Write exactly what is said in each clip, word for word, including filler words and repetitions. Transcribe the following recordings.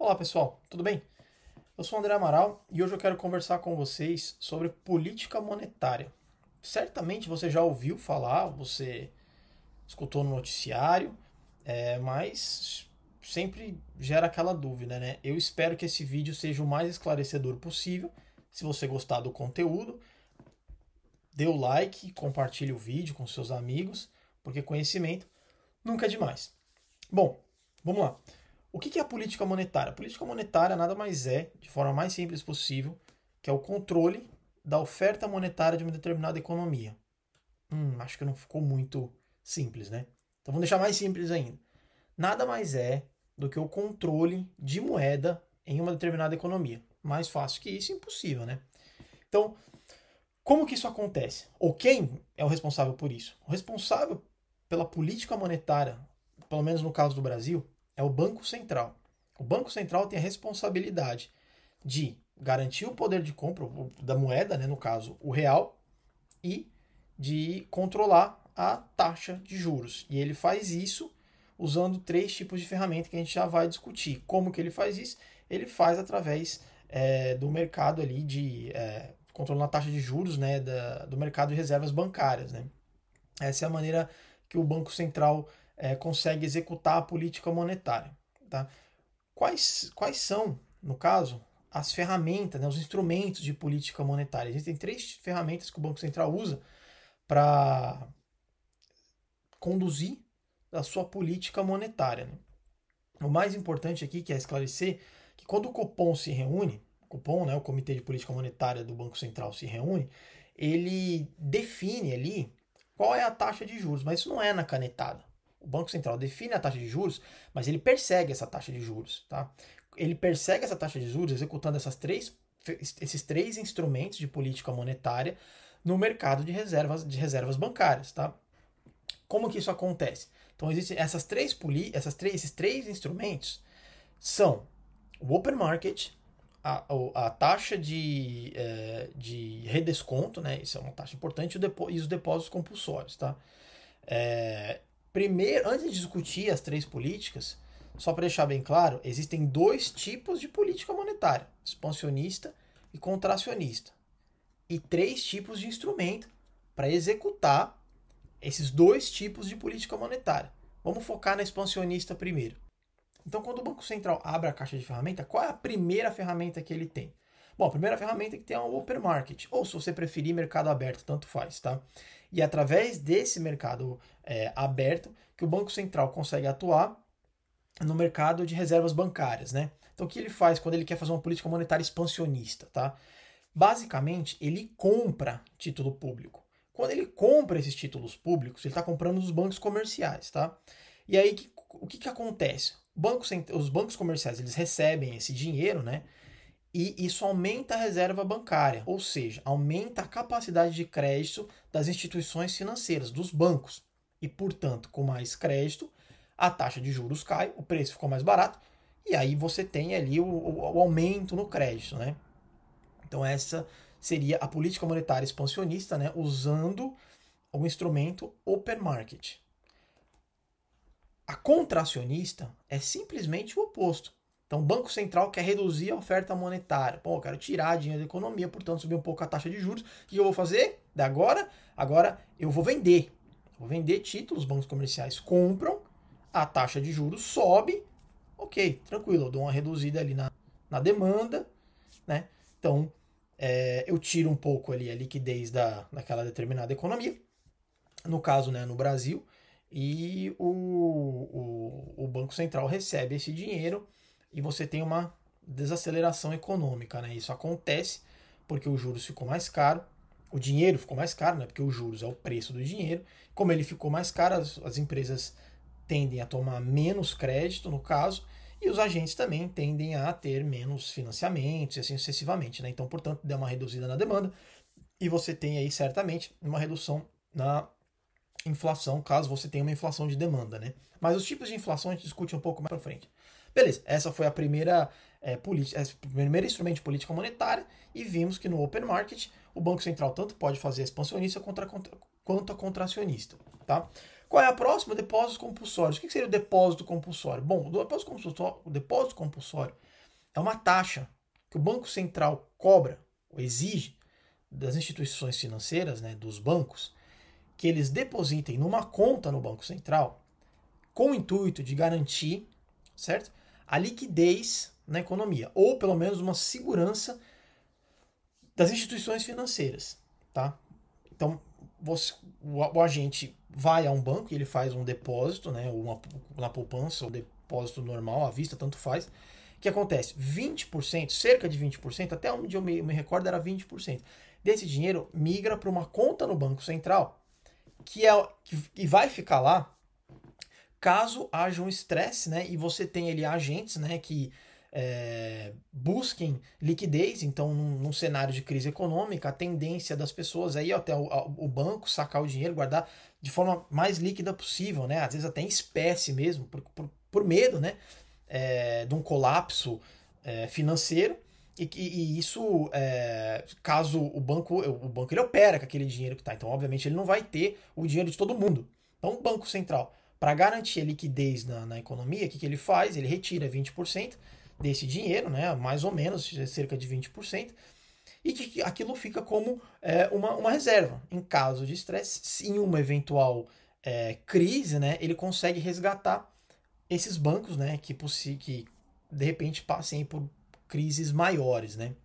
Olá pessoal, tudo bem? Eu sou o André Amaral e hoje eu quero conversar com vocês sobre política monetária. Certamente você já ouviu falar, você escutou no noticiário, é, mas sempre gera aquela dúvida, né? Eu espero que esse vídeo seja o mais esclarecedor possível. Se você gostar do conteúdo, dê o like, compartilhe o vídeo com seus amigos, porque conhecimento nunca é demais. Bom, vamos lá. O que é a política monetária? A política monetária nada mais é, de forma mais simples possível, que é o controle da oferta monetária de uma determinada economia. Hum, acho que não ficou muito simples, né? Então vamos deixar mais simples ainda. Nada mais é do que o controle de moeda em uma determinada economia. Mais fácil que isso, impossível, né? Então, como que isso acontece? Ou quem é o responsável por isso? O responsável pela política monetária, pelo menos no caso do Brasil, é o Banco Central. O Banco Central tem a responsabilidade de garantir o poder de compra da moeda, né, no caso o real, e de controlar a taxa de juros. E ele faz isso usando três tipos de ferramenta que a gente já vai discutir. Como que ele faz isso? Ele faz através é, do mercado ali de é, controlando a taxa de juros, né, da, do mercado de reservas bancárias, né? Essa é a maneira que o Banco Central é, consegue executar a política monetária. Tá? Quais, quais são, no caso, as ferramentas, né, os instrumentos de política monetária? Existem três ferramentas que o Banco Central usa para conduzir a sua política monetária. Né? O mais importante aqui, que é esclarecer, que quando o Copom se reúne, o Copom, né, o Comitê de Política Monetária do Banco Central se reúne, ele define ali qual é a taxa de juros, mas isso não é na canetada. O Banco Central define a taxa de juros, mas ele persegue essa taxa de juros. Tá? Ele persegue essa taxa de juros executando essas três, esses três instrumentos de política monetária no mercado de reservas, de reservas bancárias. Tá? Como que isso acontece? Então existem essas três, essas três, esses três instrumentos são o open market, a, a taxa de, é, de redesconto, né? Isso é uma taxa importante, e os depósitos compulsórios. Tá? É, primeiro, antes de discutir as três políticas, só para deixar bem claro, existem dois tipos de política monetária: expansionista e contracionista. E três tipos de instrumento para executar esses dois tipos de política monetária. Vamos focar na expansionista primeiro. Então, quando o Banco Central abre a caixa de ferramenta, qual é a primeira ferramenta que ele tem? Bom, a primeira ferramenta que tem é o open market, ou se você preferir, mercado aberto, tanto faz, tá? E é através desse mercado é, aberto que o Banco Central consegue atuar no mercado de reservas bancárias, né? Então, o que ele faz quando ele quer fazer uma política monetária expansionista, tá? Basicamente, ele compra título público. Quando ele compra esses títulos públicos, ele está comprando dos bancos comerciais, tá? E aí, que, o que, que acontece? Banco, os bancos comerciais, eles recebem esse dinheiro, né? E isso aumenta a reserva bancária, ou seja, aumenta a capacidade de crédito das instituições financeiras, dos bancos. E, portanto, com mais crédito, a taxa de juros cai, o preço ficou mais barato, e aí você tem ali o, o, o aumento no crédito, né? Então essa seria a política monetária expansionista, né, usando o instrumento open market. A contracionista é simplesmente o oposto. Então o Banco Central quer reduzir a oferta monetária. Pô, eu quero tirar dinheiro da economia, portanto subir um pouco a taxa de juros. O que eu vou fazer? Da agora, agora eu vou vender. Vou vender títulos, os bancos comerciais compram, a taxa de juros sobe. Ok, tranquilo, eu dou uma reduzida ali na, na demanda, né? Então, é, eu tiro um pouco ali a liquidez da, daquela determinada economia, no caso, né, no Brasil, e o, o, o Banco Central recebe esse dinheiro e você tem uma desaceleração econômica, né? Isso acontece porque o juros ficou mais caro, o dinheiro ficou mais caro, né? Porque o juros é o preço do dinheiro. Como ele ficou mais caro, as, as empresas tendem a tomar menos crédito, no caso, e os agentes também tendem a ter menos financiamentos e assim sucessivamente. Né? Então, portanto, dá uma reduzida na demanda e você tem aí certamente uma redução na inflação, caso você tenha uma inflação de demanda. Né? Mas os tipos de inflação a gente discute um pouco mais para frente. Beleza, essa foi a primeira, é, política, o primeiro instrumento de política monetária e vimos que no open market o Banco Central tanto pode fazer a expansionista quanto a contracionista. Tá? Qual é a próxima? Depósitos compulsórios. O que seria o depósito compulsório? Bom, o depósito compulsório, o depósito compulsório é uma taxa que o Banco Central cobra ou exige das instituições financeiras, né, dos bancos, que eles depositem numa conta no Banco Central com o intuito de garantir, certo, a liquidez na economia, ou pelo menos uma segurança das instituições financeiras, tá? Então, você, o, o agente vai a um banco e ele faz um depósito, né, uma, na poupança, ou depósito normal, à vista, tanto faz. O que acontece? vinte por cento, cerca de vinte por cento, até onde eu me, me recordo era vinte por cento, desse dinheiro migra para uma conta no Banco Central, que, é, que, que vai ficar lá caso haja um estresse, né, e você tem ali agentes, né, que é, busquem liquidez. Então, num, num cenário de crise econômica, a tendência das pessoas aí até o, o banco sacar o dinheiro, guardar de forma mais líquida possível, né, às vezes até em espécie mesmo, por, por, por medo, né, é, de um colapso é, financeiro. E, e, e isso, é, caso o banco, o banco ele opera com aquele dinheiro que está, então obviamente ele não vai ter o dinheiro de todo mundo. Então o Banco Central, para garantir a liquidez na, na economia, o que, que ele faz? Ele retira vinte por cento desse dinheiro, né, mais ou menos, cerca de vinte por cento, e que aquilo fica como é, uma, uma reserva. Em caso de estresse, em uma eventual é, crise, né, ele consegue resgatar esses bancos, né, que, que de repente passem por crises maiores, né?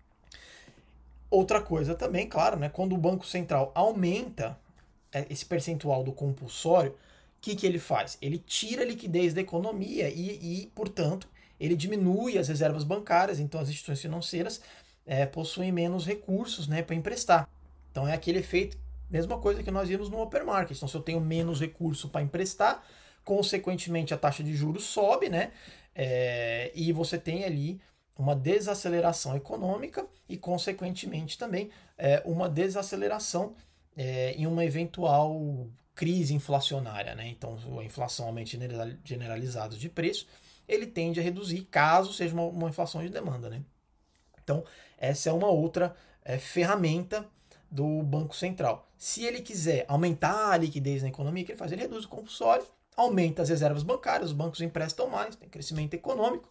Outra coisa também, claro, né, quando o Banco Central aumenta esse percentual do compulsório, o que, que ele faz? Ele tira a liquidez da economia e, e, portanto, ele diminui as reservas bancárias, então as instituições financeiras é, possuem menos recursos, né, para emprestar. Então é aquele efeito, mesma coisa que nós vimos no open market. Então se eu tenho menos recurso para emprestar, consequentemente a taxa de juros sobe, né, é, e você tem ali uma desaceleração econômica e, consequentemente, também é, uma desaceleração é, em uma eventual crise inflacionária, né? Então, a inflação aumenta generalizada de preço, ele tende a reduzir caso seja uma, uma inflação de demanda, né? Então, essa é uma outra é, ferramenta do Banco Central. Se ele quiser aumentar a liquidez na economia, o que ele faz? Ele reduz o compulsório, aumenta as reservas bancárias, os bancos emprestam mais, tem crescimento econômico,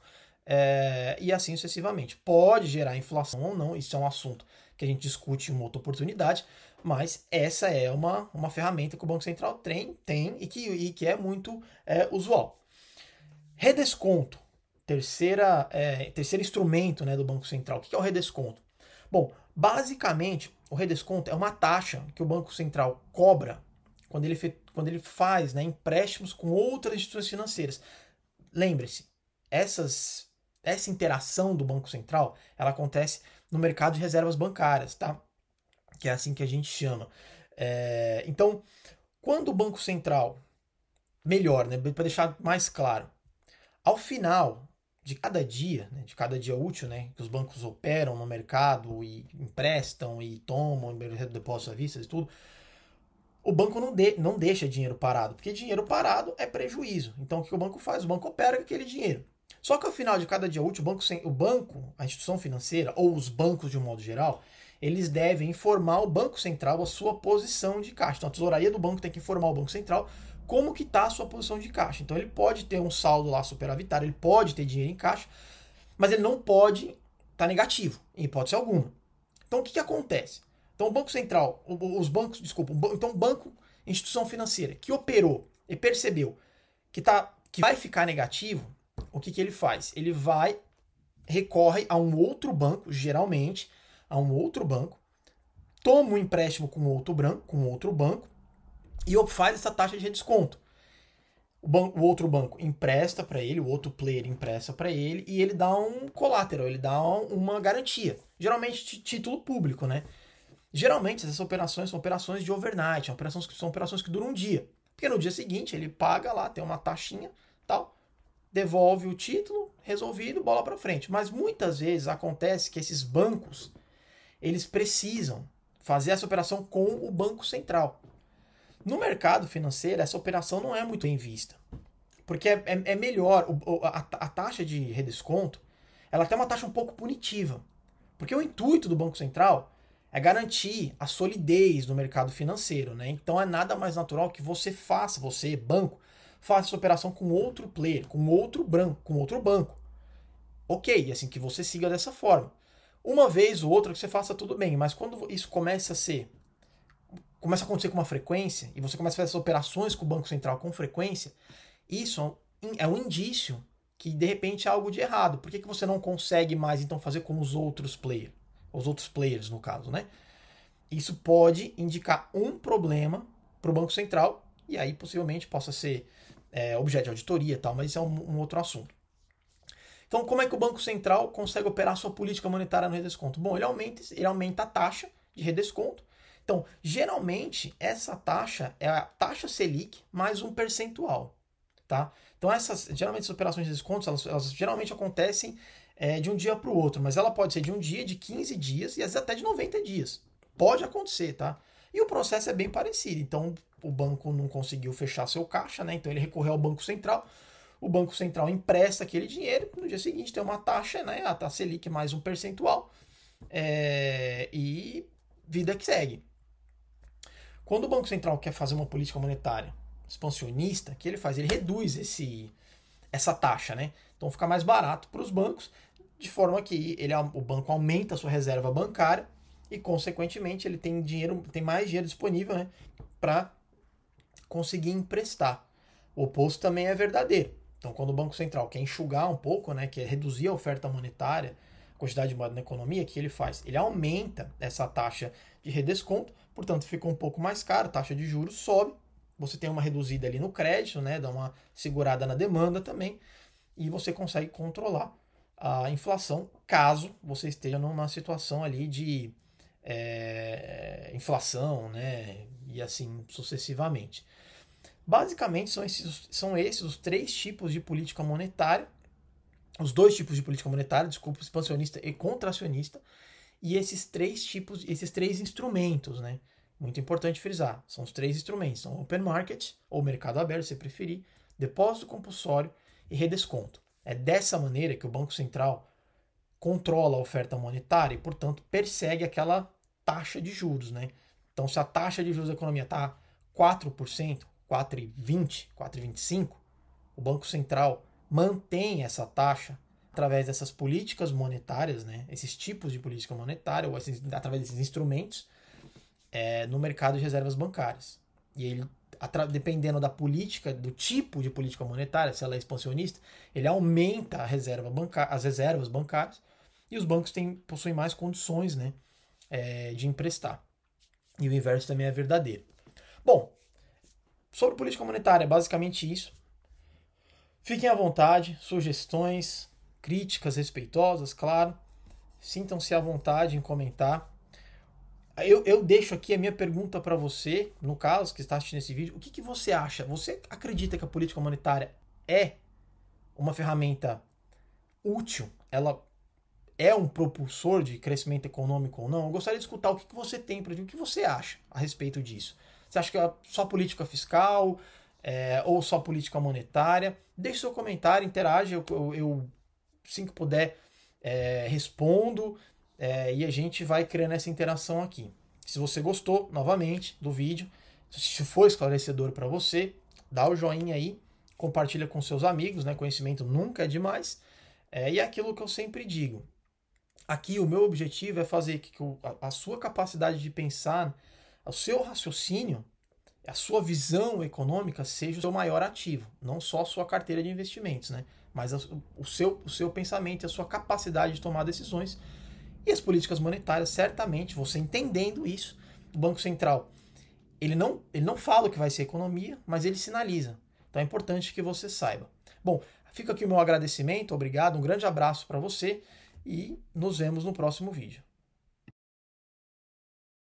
É, e assim sucessivamente. Pode gerar inflação ou não, isso é um assunto que a gente discute em uma outra oportunidade, mas essa é uma, uma ferramenta que o Banco Central tem, tem e, que, e que é muito é, usual. Redesconto, terceira, é, terceiro instrumento, né, do Banco Central. O que é o redesconto? Bom, basicamente, o redesconto é uma taxa que o Banco Central cobra quando ele, quando ele faz, né, empréstimos com outras instituições financeiras. Lembre-se, essas essa interação do Banco Central, ela acontece no mercado de reservas bancárias, tá? Que é assim que a gente chama. É, então, quando o Banco Central, melhor, né, para deixar mais claro, ao final de cada dia, né, de cada dia útil, né, que os bancos operam no mercado e emprestam e tomam depósitos à vista e tudo, o banco não, de, não deixa dinheiro parado, porque dinheiro parado é prejuízo. Então, o que o banco faz? O banco opera com aquele dinheiro. Só que ao final de cada dia útil, o banco, o banco, a instituição financeira, ou os bancos de um modo geral, eles devem informar o Banco Central a sua posição de caixa. Então a tesouraria do banco tem que informar o Banco Central como que está a sua posição de caixa. Então ele pode ter um saldo lá superavitário, ele pode ter dinheiro em caixa, mas ele não pode estar tá negativo, em hipótese alguma. Então o que, que acontece? Então o Banco Central, os bancos, desculpa, então o banco, instituição financeira, que operou e percebeu que, tá, que vai ficar negativo, o que, que ele faz? Ele vai, recorre a um outro banco, geralmente, a um outro banco, toma um empréstimo com outro, branco, com outro banco e faz essa taxa de redesconto. O, banco, o outro banco empresta para ele, o outro player empresta para ele e ele dá um collateral, ele dá uma garantia. Geralmente título público, né? Geralmente essas operações são operações de overnight, são operações que, são operações que duram um dia. Porque no dia seguinte ele paga lá, tem uma taxinha, tal, devolve o título, resolvido, bola para frente. Mas muitas vezes acontece que esses bancos, eles precisam fazer essa operação com o Banco Central. No mercado financeiro, essa operação não é muito bem vista. Porque é, é, é melhor, o, a, a taxa de redesconto, ela tem uma taxa um pouco punitiva. Porque o intuito do Banco Central é garantir a solidez do mercado financeiro, né? Então é nada mais natural que você faça, você, banco, faça essa operação com outro player, com outro branco, com outro banco. Ok, assim que você siga dessa forma. Uma vez ou outra que você faça tudo bem, mas quando isso começa a ser, começa a acontecer com uma frequência, e você começa a fazer essas operações com o Banco Central com frequência, isso é um indício que de repente é algo de errado. Por que, que você não consegue mais então fazer como os outros players? Os outros players, no caso, né? Isso pode indicar um problema para o Banco Central, e aí possivelmente possa ser é, objeto de auditoria e tal, mas isso é um, um outro assunto. Então, como é que o Banco Central consegue operar sua política monetária no redesconto? Bom, ele aumenta, ele aumenta a taxa de redesconto. Então, geralmente, essa taxa é a taxa Selic mais um percentual. Tá? Então, essas, geralmente, as operações de descontos, elas, elas geralmente acontecem é, de um dia para o outro, mas ela pode ser de um dia, de quinze dias e às vezes até de noventa dias. Pode acontecer, tá? E o processo é bem parecido. Então, o banco não conseguiu fechar seu caixa, né? Então, ele recorreu ao Banco Central. O Banco Central empresta aquele dinheiro, no dia seguinte tem uma taxa, né? A taxa Selic mais um percentual. É, e vida que segue. Quando o Banco Central quer fazer uma política monetária expansionista, o que ele faz? Ele reduz esse, essa taxa, né? Então fica mais barato para os bancos, de forma que ele, o banco aumenta a sua reserva bancária e, consequentemente, ele tem dinheiro, tem mais dinheiro disponível, né, para conseguir emprestar. O oposto também é verdadeiro. Então, quando o Banco Central quer enxugar um pouco, né, quer reduzir a oferta monetária, a quantidade de moeda na economia, o que ele faz? Ele aumenta essa taxa de redesconto, portanto fica um pouco mais caro, a taxa de juros sobe, você tem uma reduzida ali no crédito, né, dá uma segurada na demanda também, e você consegue controlar a inflação, caso você esteja numa situação ali de é, inflação, né, e assim sucessivamente. Basicamente, são esses, são esses os três tipos de política monetária, os dois tipos de política monetária, desculpa, expansionista e contracionista, e esses três tipos, esses três instrumentos, né? Muito importante frisar, são os três instrumentos, são open market, ou mercado aberto, se preferir, depósito compulsório e redesconto. É dessa maneira que o Banco Central controla a oferta monetária e, portanto, persegue aquela taxa de juros, né? Então, se a taxa de juros da economia está quatro por cento, quatro vírgula vinte, quatro vírgula vinte e cinco, o Banco Central mantém essa taxa através dessas políticas monetárias, né, esses tipos de política monetária, ou esses, através desses instrumentos, é, no mercado de reservas bancárias. E ele, dependendo da política, do tipo de política monetária, se ela é expansionista, ele aumenta a reserva bancária, as reservas bancárias, e os bancos têm, possuem mais condições, né, é, de emprestar. E o inverso também é verdadeiro. Bom, sobre política monetária, é basicamente isso. Fiquem à vontade, sugestões, críticas respeitosas, claro. Sintam-se à vontade em comentar. Eu, eu deixo aqui a minha pergunta para você, no caso, que está assistindo esse vídeo. O que, que você acha? Você acredita que a política monetária é uma ferramenta útil? Ela é um propulsor de crescimento econômico ou não? Eu gostaria de escutar o que, que você tem para dizer, o que você acha a respeito disso. Você acha que é só política fiscal é, ou só política monetária? Deixe seu comentário, interage, eu, eu, eu assim que puder é, respondo é, e a gente vai criando essa interação aqui. Se você gostou, novamente, do vídeo, se for esclarecedor para você, dá o joinha aí, compartilha com seus amigos, né? Conhecimento nunca é demais. É, e é aquilo que eu sempre digo. Aqui o meu objetivo é fazer que a sua capacidade de pensar, o seu raciocínio, a sua visão econômica seja o seu maior ativo, não só a sua carteira de investimentos, né? Mas o seu, o seu pensamento e a sua capacidade de tomar decisões. E as políticas monetárias, certamente, você entendendo isso, o Banco Central, ele não, ele não fala o que vai ser economia, mas ele sinaliza. Então é importante que você saiba. Bom, fica aqui o meu agradecimento, obrigado, um grande abraço para você e nos vemos no próximo vídeo.